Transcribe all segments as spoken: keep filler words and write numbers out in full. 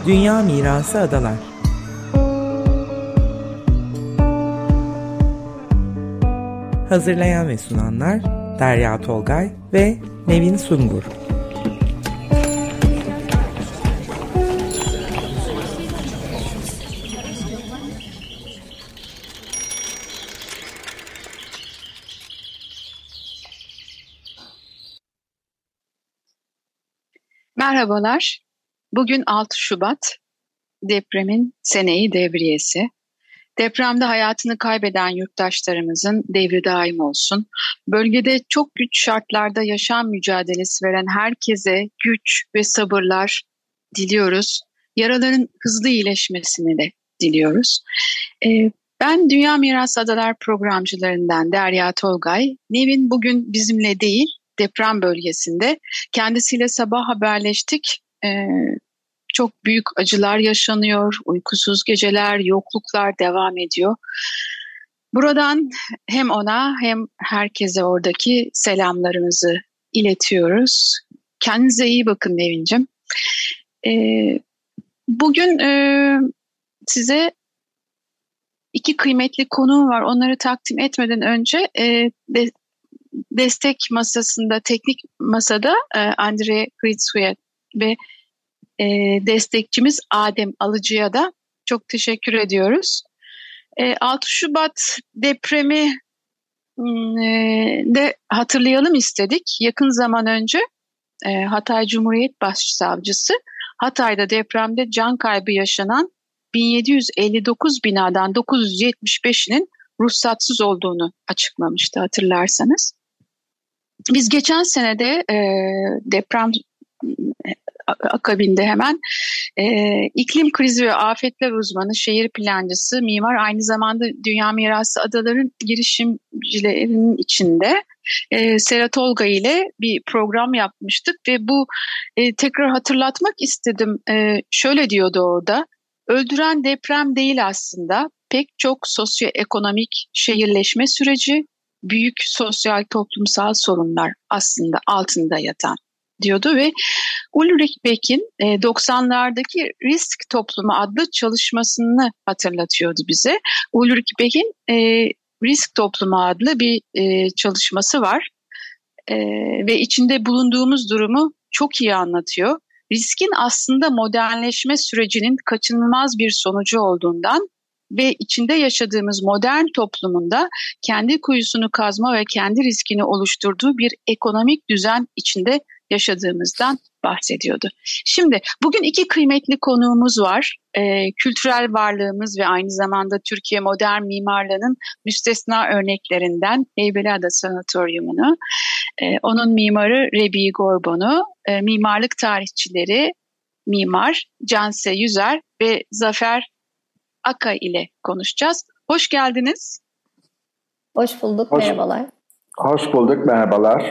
Dünya Mirası Adalar. Hazırlayan ve sunanlar Derya Tolgay ve Nevin Sungur. Merhabalar. Bugün altı Şubat, depremin seneyi devriyesi. Depremde hayatını kaybeden yurttaşlarımızın devri daim olsun. Bölgede çok güç şartlarda yaşam mücadelesi veren herkese güç ve sabırlar diliyoruz. Yaraların hızlı iyileşmesini de diliyoruz. Ee, ben Dünya Mirası Adalar programcılarından Derya Tolgay. Nevin bugün bizimle değil, deprem bölgesinde. Kendisiyle sabah haberleştik. Ee, çok büyük acılar yaşanıyor, uykusuz geceler, yokluklar devam ediyor. Buradan hem ona hem herkese oradaki selamlarımızı iletiyoruz. Kendinize iyi bakın Nevin'cim. Ee, bugün e, size iki kıymetli konuğum var. Onları takdim etmeden önce e, de, destek masasında, teknik masada e, Andre Kritsuya ve e, destekçimiz Adem Alıcı'ya da çok teşekkür ediyoruz. E, altı Şubat depremi e, de hatırlayalım istedik. Yakın zaman önce e, Hatay Cumhuriyet Başsavcısı Hatay'da depremde can kaybı yaşanan bin yedi yüz elli dokuz binadan dokuz yüz yetmiş beşinin ruhsatsız olduğunu açıklamıştı, hatırlarsanız. Biz geçen senede e, deprem akabinde hemen e, iklim krizi ve afetler uzmanı, şehir plancısı, mimar, aynı zamanda Dünya Mirası Adaların girişimcilerinin içinde e, Serhat Olga ile bir program yapmıştık ve bu e, tekrar hatırlatmak istedim. E, şöyle diyordu orada: öldüren deprem değil aslında, pek çok sosyoekonomik şehirleşme süreci, büyük sosyal toplumsal sorunlar aslında altında yatan diyordu ve Ulrich Beck'in e, doksanlardaki Risk Toplumu adlı çalışmasını hatırlatıyordu bize. Ulrich Beck'in e, Risk Toplumu adlı bir e, çalışması var e, ve içinde bulunduğumuz durumu çok iyi anlatıyor. Riskin aslında modernleşme sürecinin kaçınılmaz bir sonucu olduğundan ve içinde yaşadığımız modern toplumunda kendi kuyusunu kazma ve kendi riskini oluşturduğu bir ekonomik düzen içinde yaşadığımızdan bahsediyordu. Şimdi bugün iki kıymetli konuğumuz var. Ee, kültürel varlığımız ve aynı zamanda Türkiye modern mimarlığının müstesna örneklerinden Heybeliada Sanatoryumu'nu, e, onun mimarı Rebi Gorbon'u, e, mimarlık tarihçileri mimar Canse Yüzer ve Zafer Akay ile konuşacağız. Hoş geldiniz. Hoş bulduk, hoş, merhabalar. Hoş bulduk, merhabalar.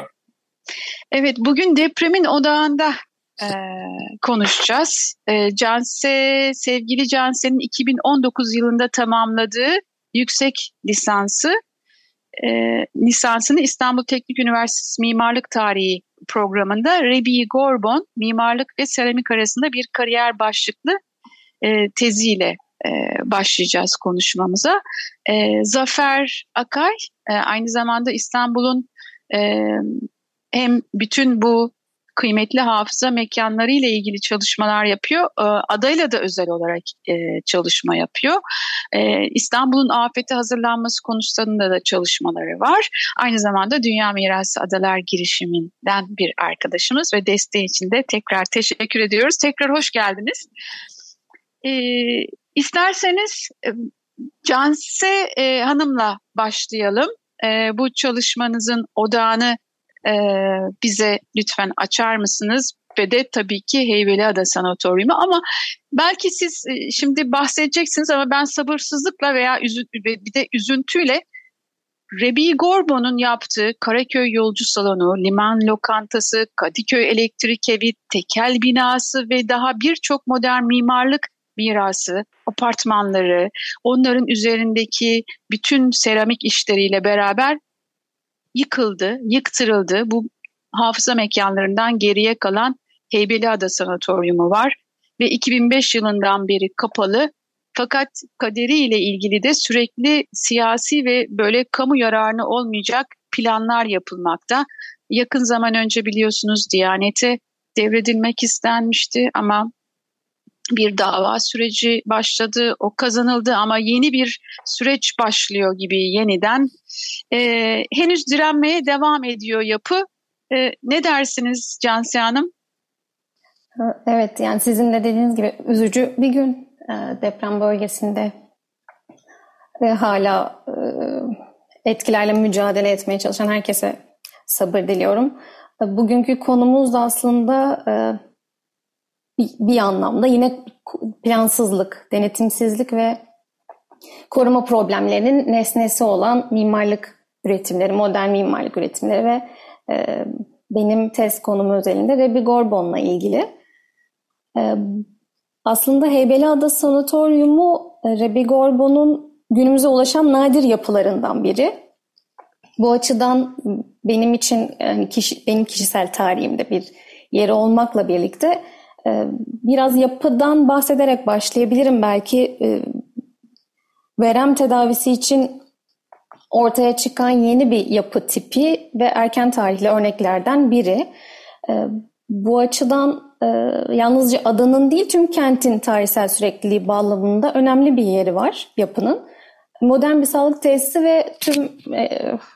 Evet, bugün depremin odağında e, konuşacağız. E, Canse, sevgili Canse'nin iki bin on dokuz yılında tamamladığı yüksek lisansı, e, lisansını İstanbul Teknik Üniversitesi Mimarlık Tarihi programında Rebi Gorbon, mimarlık ve seramik arasında bir kariyer başlıklı e, teziyle e, başlayacağız konuşmamıza. E, Zafer Akay, e, aynı zamanda İstanbul'un e, hem bütün bu kıymetli hafıza mekanları ile ilgili çalışmalar yapıyor, adayla da özel olarak çalışma yapıyor. İstanbul'un afete hazırlanması konusunda da çalışmaları var. Aynı zamanda Dünya Mirası Adalar girişiminden bir arkadaşımız ve desteği için de tekrar teşekkür ediyoruz. Tekrar hoş geldiniz. İsterseniz Canse Hanım'la başlayalım. Bu çalışmanızın odağını Ee, bize lütfen açar mısınız? Ve de tabii ki Heybeliada Sanatoryumu, ama belki siz e, şimdi bahsedeceksiniz ama ben sabırsızlıkla veya üzü- bir de üzüntüyle Rebi Gorbon'un yaptığı Karaköy Yolcu Salonu, Liman Lokantası, Kadıköy Elektrik Evi, Tekel Binası ve daha birçok modern mimarlık mirası, apartmanları, onların üzerindeki bütün seramik işleriyle beraber yıkıldı, yıktırıldı. Bu hafıza mekanlarından geriye kalan Heybeliada Sanatoryumu var. ve iki bin beş yılından beri kapalı. Fakat kaderiyle ilgili de sürekli siyasi ve böyle kamu yararına olmayacak planlar yapılmakta. Yakın zaman önce biliyorsunuz Diyanet'e devredilmek istenmişti ama bir dava süreci başladı. O kazanıldı ama yeni bir süreç başlıyor gibi yeniden. Ee, henüz direnmeye devam ediyor yapı. Ee, ne dersiniz Cansu Hanım? Evet, yani sizin de dediğiniz gibi üzücü bir gün e, deprem bölgesinde ve hala e, etkilerle mücadele etmeye çalışan herkese sabır diliyorum. Bugünkü konumuz da aslında e, bir, bir anlamda yine plansızlık, denetimsizlik ve koruma problemlerinin nesnesi olan mimarlık üretimleri, modern mimarlık üretimleri ve e, benim tez konum özelinde Rebi Gorbon'la ilgili. E, aslında Heybeliada Sanatoryumu Rebi Gorbon'un günümüze ulaşan nadir yapılarından biri. Bu açıdan benim için yani kişi, benim kişisel tarihimde bir yeri olmakla birlikte e, biraz yapıdan bahsederek başlayabilirim. Belki e, verem tedavisi için ortaya çıkan yeni bir yapı tipi ve erken tarihli örneklerden biri. E, bu açıdan e, yalnızca adanın değil tüm kentin tarihsel sürekliliği bağlamında önemli bir yeri var yapının. Modern bir sağlık tesisi ve tüm e,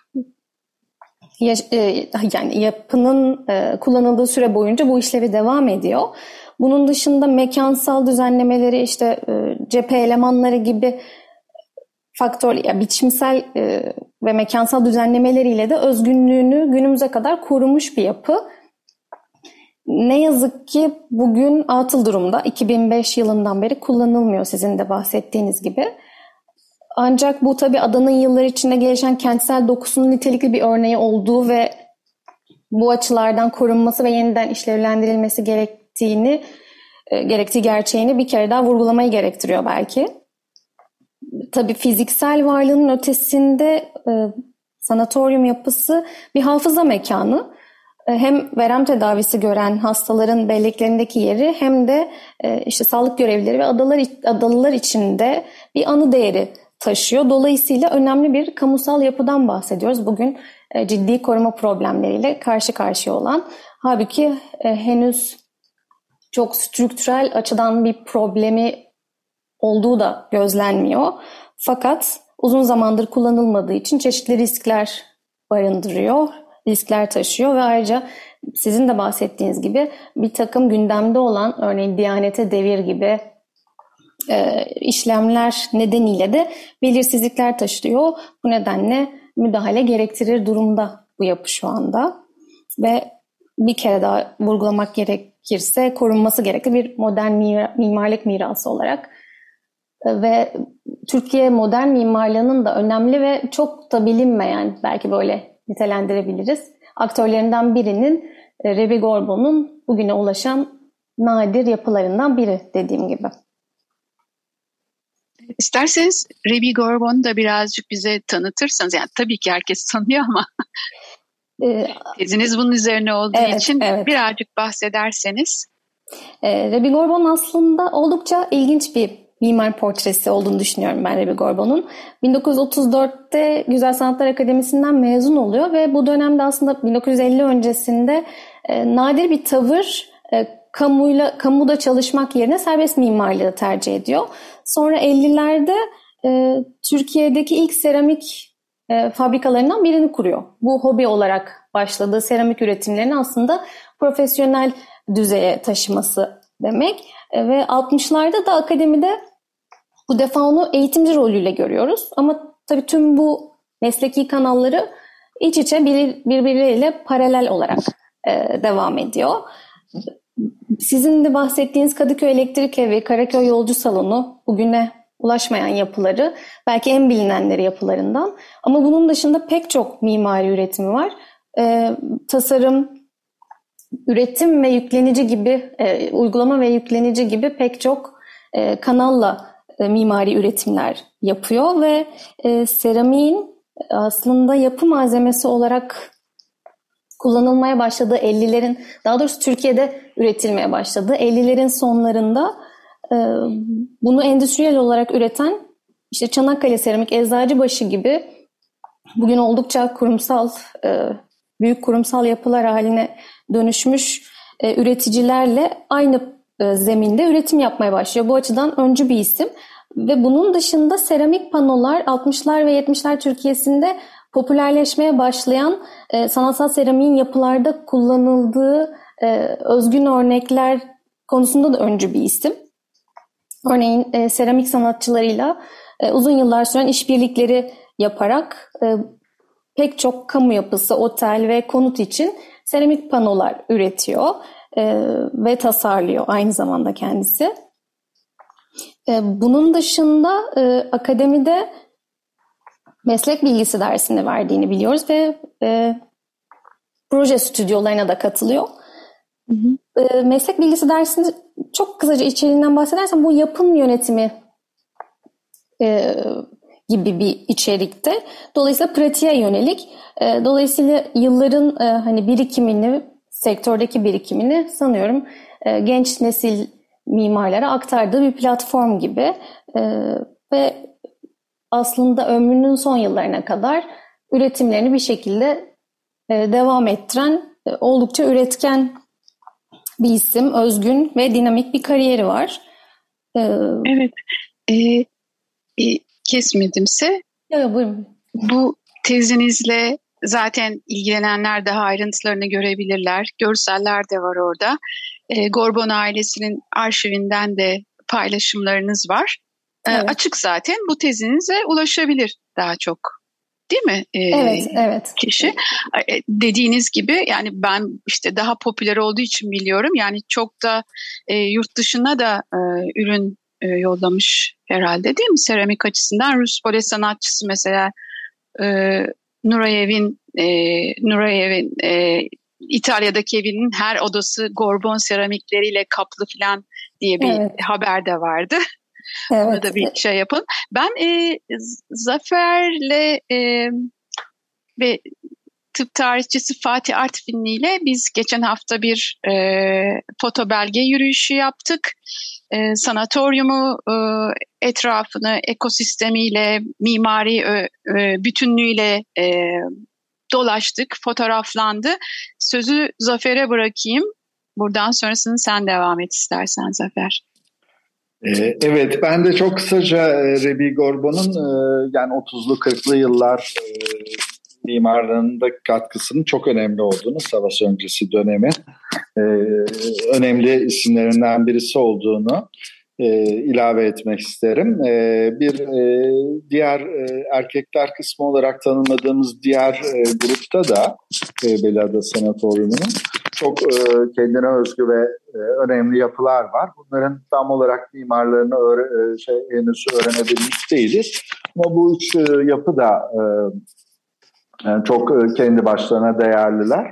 yani yapının kullanıldığı süre boyunca bu işlevi devam ediyor. Bunun dışında mekansal düzenlemeleri, işte cephe elemanları gibi faktör, yani biçimsel ve mekansal düzenlemeleriyle de özgünlüğünü günümüze kadar korumuş bir yapı. Ne yazık ki bugün atıl durumda. iki bin beş yılından beri kullanılmıyor sizin de bahsettiğiniz gibi. Ancak bu tabii adanın yıllar içinde gelişen kentsel dokusunun nitelikli bir örneği olduğu ve bu açılardan korunması ve yeniden işlevlendirilmesi gerektiğini, e, gerektiği gerçeğini bir kere daha vurgulamayı gerektiriyor belki. Tabii fiziksel varlığının ötesinde e, sanatoryum yapısı bir hafıza mekanı. E, hem verem tedavisi gören hastaların belleklerindeki yeri hem de e, işte sağlık görevlileri ve adalar, adalılar içinde bir anı değeri taşıyor. Dolayısıyla önemli bir kamusal yapıdan bahsediyoruz. Bugün e, ciddi koruma problemleriyle karşı karşıya olan, halbuki e, henüz çok strüktürel açıdan bir problemi olduğu da gözlenmiyor. Fakat uzun zamandır kullanılmadığı için çeşitli riskler barındırıyor, riskler taşıyor ve ayrıca sizin de bahsettiğiniz gibi bir takım gündemde olan, örneğin Diyanet'e devir gibi E, işlemler nedeniyle de belirsizlikler taşıyor. Bu nedenle müdahale gerektirir durumda bu yapı şu anda. Ve bir kere daha vurgulamak gerekirse korunması gerekli bir modern mimarlık mirası olarak. E, ve Türkiye modern mimarlığının da önemli ve çok da bilinmeyen, belki böyle nitelendirebiliriz, aktörlerinden birinin e, Rebi Gorbon'un bugüne ulaşan nadir yapılarından biri dediğim gibi. İsterseniz Rebi Gorbon'u da birazcık bize tanıtırsanız, yani tabii ki herkes tanıyor ama ee, teziniz bunun üzerine olduğu evet, için evet. birazcık bahsederseniz. Ee, Rebi Gorbon aslında oldukça ilginç bir mimar portresi olduğunu düşünüyorum ben Rebi Gorbon'un. bin dokuz yüz otuz dörtte Güzel Sanatlar Akademisi'nden mezun oluyor ve bu dönemde aslında bin dokuz yüz elli öncesinde e, nadir bir tavır, e, kamuyla kamuda çalışmak yerine serbest mimarlığı tercih ediyor. Sonra ellilerde e, Türkiye'deki ilk seramik e, fabrikalarından birini kuruyor. Bu hobi olarak başladığı seramik üretimlerini aslında profesyonel düzeye taşıması demek. E, ve altmışlarda da akademide bu defa onu eğitimci rolüyle görüyoruz. Ama tabii tüm bu mesleki kanalları iç içe bir, birbirleriyle paralel olarak e, devam ediyor. Sizin de bahsettiğiniz Kadıköy Elektrik Evi, Karaköy Yolcu Salonu bugüne ulaşmayan yapıları, belki en bilinenleri yapılarından. Ama bunun dışında pek çok mimari üretimi var. E, tasarım, üretim ve yüklenici gibi, e, uygulama ve yüklenici gibi pek çok e, kanalla e, mimari üretimler yapıyor ve e, seramiğin aslında yapı malzemesi olarak kullanılmaya başladığı ellilerin, daha doğrusu Türkiye'de üretilmeye başladığı ellilerin sonlarında e, bunu endüstriyel olarak üreten işte Çanakkale Seramik, Eczacıbaşı gibi bugün oldukça kurumsal, e, büyük kurumsal yapılar haline dönüşmüş e, üreticilerle aynı e, zeminde üretim yapmaya başlıyor. Bu açıdan öncü bir isim. Ve bunun dışında seramik panolar altmışlar ve yetmişler Türkiye'sinde popülerleşmeye başlayan e, sanatsal seramiğin yapılarda kullanıldığı e, özgün örnekler konusunda da öncü bir isim. Örneğin e, seramik sanatçılarıyla e, uzun yıllar süren işbirlikleri yaparak e, pek çok kamu yapısı, otel ve konut için seramik panolar üretiyor e, ve tasarlıyor aynı zamanda kendisi. E, bunun dışında e, akademide meslek bilgisi dersini verdiğini biliyoruz ve e, proje stüdyolarına da katılıyor. Hı hı. E, meslek bilgisi dersini çok kısaca içeriğinden bahsedersem bu yapım yönetimi e, gibi bir içerikte. Dolayısıyla pratiğe yönelik. E, dolayısıyla yılların e, hani birikimini, sektördeki birikimini sanıyorum e, genç nesil mimarlara aktardığı bir platform gibi e, ve aslında ömrünün son yıllarına kadar üretimlerini bir şekilde e, devam ettiren e, oldukça üretken bir isim, özgün ve dinamik bir kariyeri var. E, evet, e, e, kesmedimse ya, buyurun. Bu tezinizle zaten ilgilenenler daha ayrıntılarını görebilirler. Görseller de var orada. E, Gorbon ailesinin arşivinden de paylaşımlarınız var. E, evet. Açık zaten, bu tezinize ulaşabilir daha çok. Değil mi? E, evet, evet. Kişi. E, dediğiniz gibi yani ben işte daha popüler olduğu için biliyorum. Yani çok da e, yurt dışına da e, ürün e, yollamış herhalde, değil mi? Seramik açısından Rus bale sanatçısı mesela e, Nurayev'in e, Nurayev'in e, İtalya'daki evinin her odası Gorbon seramikleriyle kaplı falan diye bir evet. haber de vardı. Evet. Ona da bir şey yapın. Ben e, Zafer'le e, ve tıp tarihçisi Fatih Artvinli ile biz geçen hafta bir e, foto belge yürüyüşü yaptık. E, sanatoryumu e, etrafını ekosistemiyle, mimari e, e, bütünlüğüyle e, dolaştık, fotoğraflandı. Sözü Zafer'e bırakayım. Buradan sonrasını sen devam et istersen Zafer. Evet, ben de çok kısaca Rebi Gorbon'un yani otuzlu kırklı yıllar mimarlığındaki katkısının çok önemli olduğunu, savaş öncesi dönemi önemli isimlerinden birisi olduğunu ilave etmek isterim. Bir diğer erkekler kısmı olarak tanımladığımız diğer grupta da Beliada Sanatoryumu'nun çok kendine özgü ve önemli yapılar var. Bunların tam olarak mimarlarını öğre- şey, henüz öğrenebilmiş değiliz. Ama bu üç yapı da çok kendi başlarına değerliler.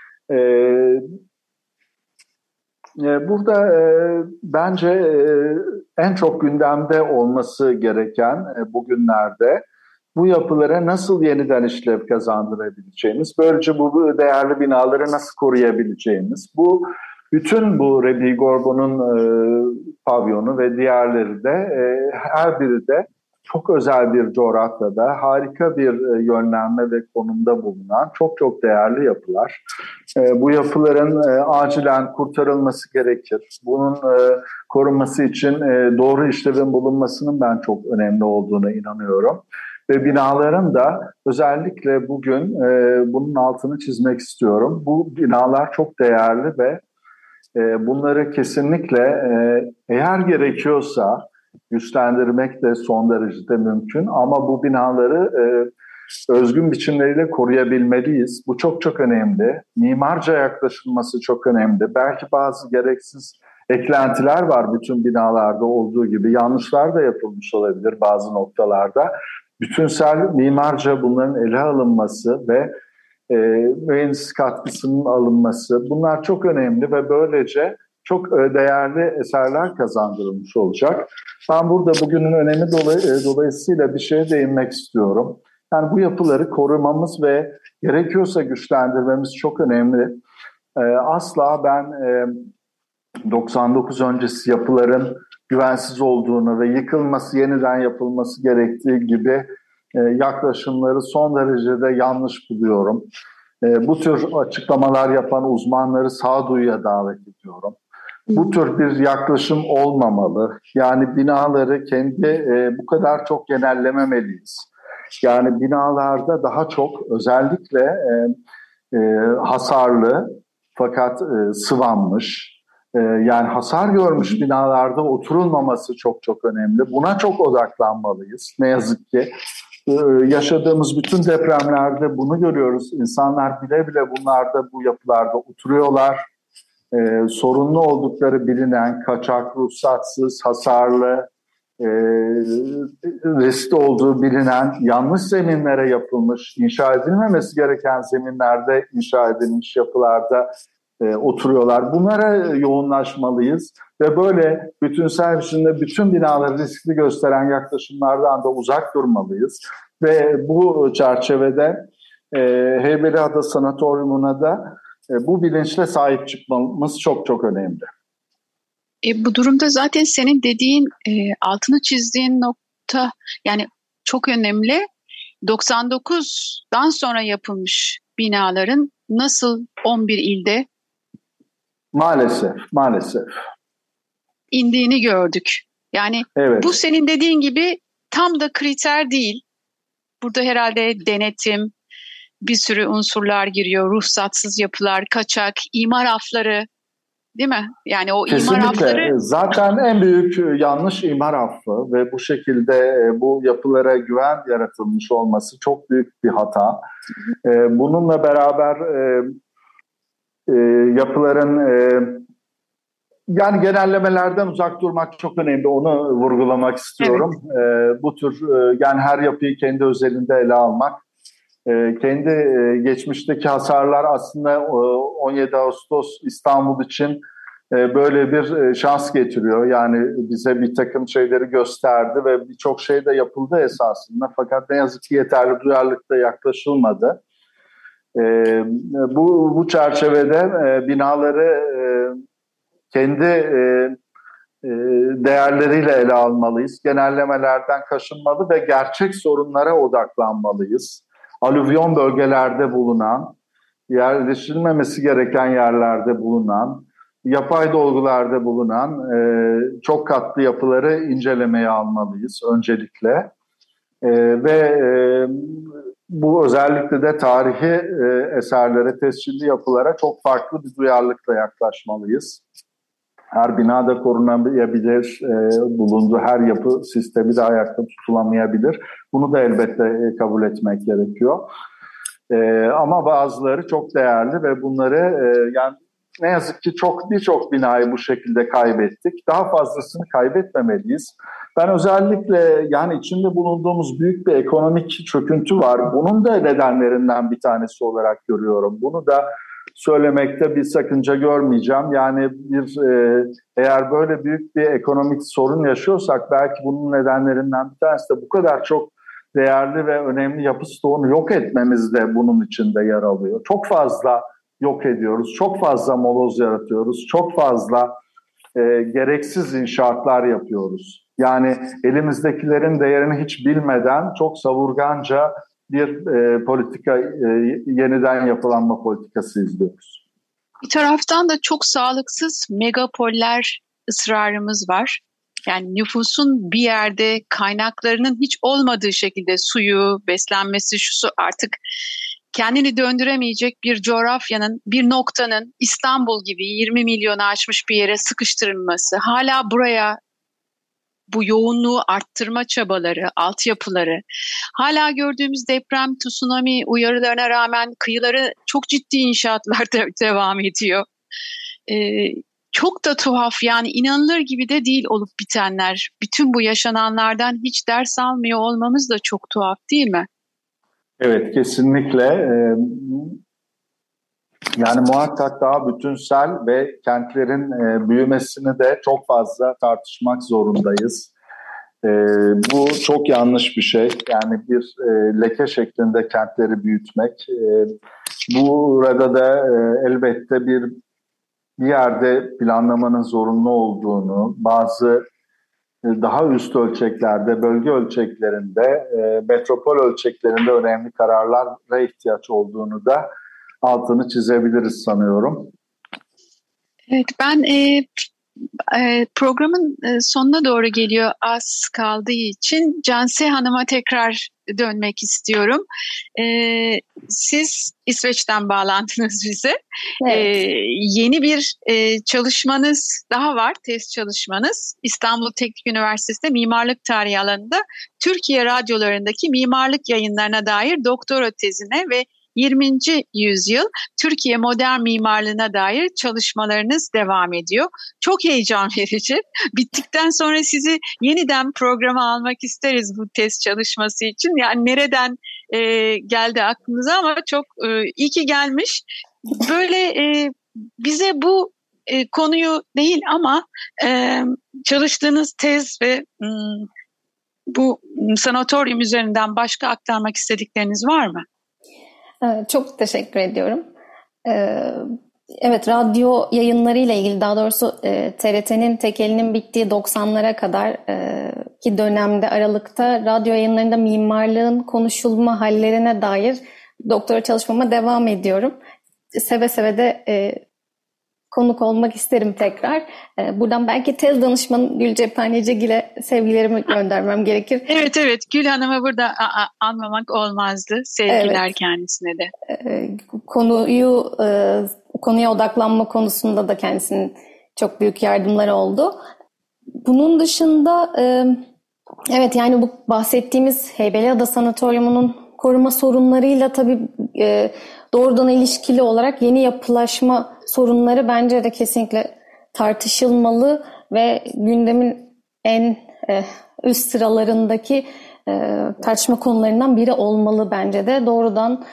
Burada bence en çok gündemde olması gereken bugünlerde bu yapılara nasıl yeniden işlev kazandırabileceğimiz, böylece bu değerli binaları nasıl koruyabileceğimiz, bu bütün bu Rebi Gorbon'un e, pavyonu ve diğerleri de e, her biri de çok özel bir coğrafyada harika bir e, yönlenme ve konumda bulunan çok çok değerli yapılar. E, bu yapıların e, acilen kurtarılması gerekir. Bunun e, korunması için e, doğru işlevin bulunmasının ben çok önemli olduğuna inanıyorum. Ve binaların da özellikle bugün e, bunun altını çizmek istiyorum. Bu binalar çok değerli ve e, bunları kesinlikle e, eğer gerekiyorsa güçlendirmek de son derecede mümkün. Ama bu binaları e, özgün biçimleriyle koruyabilmeliyiz. Bu çok çok önemli. Mimarca yaklaşılması çok önemli. Belki bazı gereksiz eklentiler var bütün binalarda olduğu gibi. Yanlışlar da yapılmış olabilir bazı noktalarda. Bütünsel mimarca bunların ele alınması ve e, mühendis katkısının alınması, bunlar çok önemli ve böylece çok değerli eserler kazandırılmış olacak. Ben burada bugünün önemi dolay- dolayısıyla bir şeye değinmek istiyorum. Yani bu yapıları korumamız ve gerekiyorsa güçlendirmemiz çok önemli. Ee, asla ben e, doksan dokuz öncesi yapıların güvensiz olduğunu ve yıkılması, yeniden yapılması gerektiği gibi e, yaklaşımları son derecede yanlış buluyorum. E, bu tür açıklamalar yapan uzmanları sağduyuya davet ediyorum. Bu tür bir yaklaşım olmamalı. Yani binaları kendi e, bu kadar çok genellememeliyiz. Yani binalarda daha çok özellikle e, e, hasarlı fakat e, sıvanmış, e, yani hasar görmüş binalarda oturulmaması çok çok önemli. Buna çok odaklanmalıyız. Ne yazık ki e, yaşadığımız bütün depremlerde bunu görüyoruz. İnsanlar bile bile bunlarda, bu yapılarda oturuyorlar. Ee, sorunlu oldukları bilinen, kaçak, ruhsatsız, hasarlı, e, riskli olduğu bilinen yanlış zeminlere yapılmış, inşa edilmemesi gereken zeminlerde inşa edilmiş yapılarda e, oturuyorlar. Bunlara yoğunlaşmalıyız ve böyle bütünsel biçimde bütün binaları riskli gösteren yaklaşımlardan da uzak durmalıyız. Ve bu çerçevede e, Heybeliada Sanatoryumu'na da E, bu bilinçle sahip çıkmamız çok çok önemli. E, bu durumda zaten senin dediğin, e, altını çizdiğin nokta yani çok önemli. doksan dokuzdan sonra yapılmış binaların nasıl on bir ilde maalesef maalesef indiğini gördük. Yani evet. Bu senin dediğin gibi tam da kriter değil. Burada herhalde denetim, bir sürü unsurlar giriyor. Ruhsatsız yapılar, kaçak, imar afları, değil mi? Yani o Kesinlikle. imar afları... Zaten en büyük yanlış imar affı ve bu şekilde bu yapılara güven yaratılmış olması çok büyük bir hata. Bununla beraber yapıların... Yani genellemelerden uzak durmak çok önemli. Onu vurgulamak istiyorum. Evet. Bu tür yani her yapıyı kendi özelinde ele almak. Kendi geçmişteki hasarlar aslında on yedi Ağustos İstanbul için böyle bir şans getiriyor. Yani bize bir takım şeyleri gösterdi ve birçok şey de yapıldı esasında. Fakat ne yazık ki yeterli duyarlılıkla yaklaşılmadı. Bu, bu çerçevede binaları kendi değerleriyle ele almalıyız. Genellemelerden kaçınmalı ve gerçek sorunlara odaklanmalıyız. Alüvyon bölgelerde bulunan, yerleştirilmemesi gereken yerlerde bulunan, yapay dolgularda bulunan e, çok katlı yapıları incelemeye almalıyız öncelikle. E, ve e, bu özellikle de tarihi e, eserlere, tescilli yapılara çok farklı bir duyarlılıkla yaklaşmalıyız. Her bina da korunabilir, e, bulunduğu her yapı sistemi de ayakta tutulamayabilir. Bunu da elbette e, kabul etmek gerekiyor. E, ama bazıları çok değerli ve bunları e, yani ne yazık ki çok birçok binayı bu şekilde kaybettik. Daha fazlasını kaybetmemeliyiz. Ben özellikle yani içinde bulunduğumuz büyük bir ekonomik çöküntü var. Bunun da nedenlerinden bir tanesi olarak görüyorum. Bunu da söylemekte bir sakınca görmeyeceğim. Yani bir e, eğer böyle büyük bir ekonomik sorun yaşıyorsak belki bunun nedenlerinden bir tanesi de bu kadar çok değerli ve önemli yapı stoğunu yok etmemiz de bunun içinde yer alıyor. Çok fazla yok ediyoruz, çok fazla moloz yaratıyoruz, çok fazla e, gereksiz inşaatlar yapıyoruz. Yani elimizdekilerin değerini hiç bilmeden çok savurganca bir e, politika, e, yeniden yapılanma politikası izliyoruz. Bir taraftan da çok sağlıksız megapoller ısrarımız var. Yani nüfusun bir yerde kaynaklarının hiç olmadığı şekilde suyu, beslenmesi, şusu artık kendini döndüremeyecek bir coğrafyanın, bir noktanın İstanbul gibi yirmi milyonu aşmış bir yere sıkıştırılması, hala buraya bu yoğunluğu arttırma çabaları, altyapıları, hala gördüğümüz deprem, tsunami uyarılarına rağmen kıyıları çok ciddi inşaatlar de devam ediyor. Ee, çok da tuhaf, yani inanılır gibi de değil olup bitenler. Bütün bu yaşananlardan hiç ders almıyor olmamız da çok tuhaf, değil mi? Evet, kesinlikle. Ee, yani muhakkak daha bütünsel ve kentlerin e, büyümesini de çok fazla tartışmak zorundayız. E, bu çok yanlış bir şey. Yani bir e, leke şeklinde kentleri büyütmek. E, burada da e, elbette bir bir yerde planlamanın zorunlu olduğunu, bazı e, daha üst ölçeklerde, bölge ölçeklerinde, e, metropol ölçeklerinde önemli kararlara ihtiyaç olduğunu da altını çizebiliriz sanıyorum. Evet, ben e, e, programın e, sonuna doğru geliyor, az kaldığı için Canse Hanım'a tekrar dönmek istiyorum. E, siz İsveç'ten bağlandınız bize. Evet. E, yeni bir e, çalışmanız daha var, tez çalışmanız. İstanbul Teknik Üniversitesi'nde mimarlık tarihi alanında Türkiye radyolarındaki mimarlık yayınlarına dair doktora tezine ve yirminci yüzyıl Türkiye modern mimarlığına dair çalışmalarınız devam ediyor. Çok heyecan verici. Bittikten sonra sizi yeniden programa almak isteriz bu test çalışması için. Yani nereden e, geldi aklınıza, ama çok e, iyi ki gelmiş. Böyle e, bize bu e, konuyu değil ama e, çalıştığınız tez ve m, bu sanatoryum üzerinden başka aktarmak istedikleriniz var mı? Çok teşekkür ediyorum. Evet, radyo yayınlarıyla ilgili, daha doğrusu T R T'nin tekelinin bittiği doksanlara kadar ki dönemde, aralıkta radyo yayınlarında mimarlığın konuşulma hallerine dair doktora çalışmama devam ediyorum. Seve seve de konuk olmak isterim tekrar. Buradan belki tez danışmanı Gül Cephanecigil'e sevgilerimi göndermem gerekir. Evet evet, Gül Hanım'ı burada anmamak olmazdı. Sevgiler evet. Kendisine de. Konuyu konuya odaklanma konusunda da kendisinin çok büyük yardımları oldu. Bunun dışında evet, yani bu bahsettiğimiz Heybeliada Sanatoryumu'nun koruma sorunlarıyla tabii doğrudan ilişkili olarak yeni yapılaşma sorunları bence de kesinlikle tartışılmalı ve gündemin en üst sıralarındaki tartışma konularından biri olmalı bence de. Doğrudan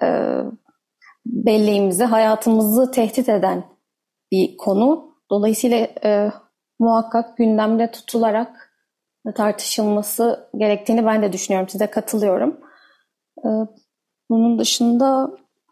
belleğimizi, hayatımızı tehdit eden bir konu. Dolayısıyla muhakkak gündemde tutularak tartışılması gerektiğini ben de düşünüyorum. Size katılıyorum. Bunun dışında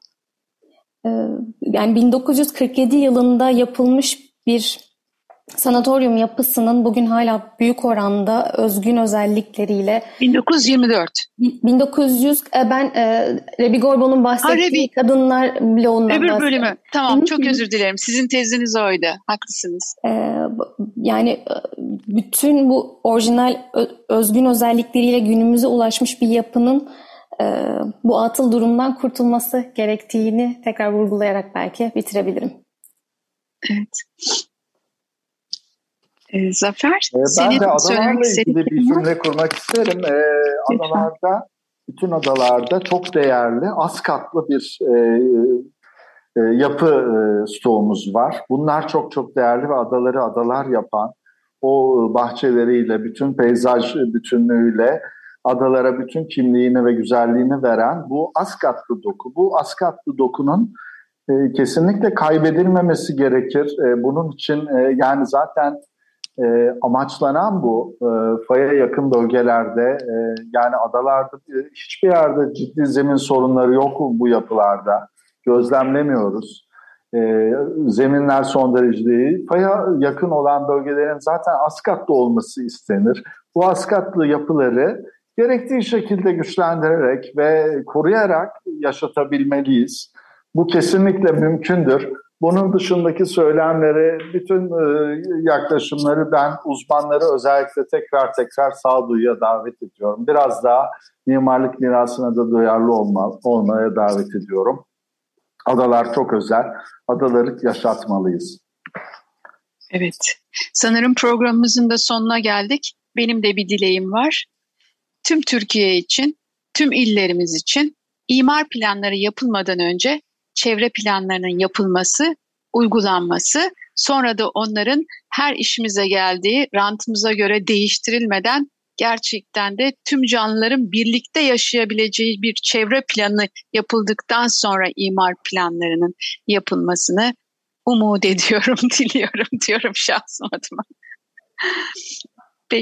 yani bin dokuz yüz kırk yedi yılında yapılmış bir sanatoryum yapısının bugün hala büyük oranda özgün özellikleriyle bin dokuz yüz yirmi dört bin dokuz yüz ben e, Rebi Gorbo'nun bahsettiği ha, kadınlar bloğundan öbür bahsediyorum. Bölümü. Tamam, çok özür dilerim. Sizin teziniz oydu. Haklısınız. E, yani bütün bu orijinal özgün özellikleriyle günümüze ulaşmış bir yapının bu atıl durumdan kurtulması gerektiğini tekrar vurgulayarak belki bitirebilirim. Evet. Ee, Zafer, ee, ben de adalarla ilgili bir cümle kurmak isterim. Ee, adalarda, bütün adalarda çok değerli, az katlı bir e, e, yapı e, stoğumuz var. Bunlar çok çok değerli ve adaları adalar yapan, o bahçeleriyle, bütün peyzaj bütünlüğüyle adalara bütün kimliğini ve güzelliğini veren bu az katlı doku. Bu az katlı dokunun e, kesinlikle kaybedilmemesi gerekir. E, bunun için e, yani zaten e, amaçlanan bu. E, faya yakın bölgelerde, e, yani adalarda e, hiçbir yerde ciddi zemin sorunları yok bu yapılarda. Gözlemlemiyoruz. E, zeminler son derece değil. Faya yakın olan bölgelerin zaten az katlı olması istenir. Bu az katlı yapıları gerektiği şekilde güçlendirerek ve koruyarak yaşatabilmeliyiz. Bu kesinlikle mümkündür. Bunun dışındaki söylemleri, bütün e, yaklaşımları ben uzmanları özellikle tekrar tekrar sağduyuya davet ediyorum. Biraz daha mimarlık mirasına da duyarlı olma, olmaya davet ediyorum. Adalar çok özel. Adaları yaşatmalıyız. Evet. Sanırım programımızın da sonuna geldik. Benim de bir dileğim var. Tüm Türkiye için, tüm illerimiz için imar planları yapılmadan önce çevre planlarının yapılması, uygulanması, sonra da onların her işimize geldiği, rantımıza göre değiştirilmeden gerçekten de tüm canlıların birlikte yaşayabileceği bir çevre planı yapıldıktan sonra imar planlarının yapılmasını umut ediyorum, diliyorum diyorum şahsım adıma. Peki.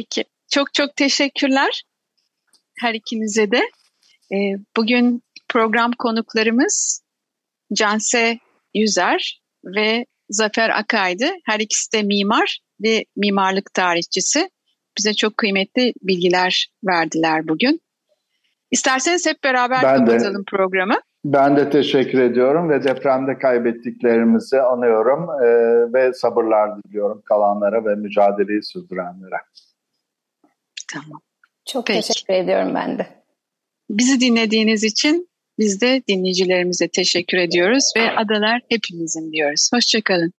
Çok çok teşekkürler her ikinize de. Bugün program konuklarımız Canse Yüzer ve Zafer Akay'dı. Her ikisi de mimar ve mimarlık tarihçisi. Bize çok kıymetli bilgiler verdiler bugün. İsterseniz hep beraber ben kapatalım de, programı. Ben de teşekkür ediyorum ve depremde kaybettiklerimizi anıyorum e, ve sabırlar diliyorum kalanlara ve mücadeleyi sürdürenlere. Tamam. Çok Peki. teşekkür ediyorum ben de. Bizi dinlediğiniz için biz de dinleyicilerimize teşekkür ediyoruz ve adalar hepimizin diyoruz. Hoşça kalın.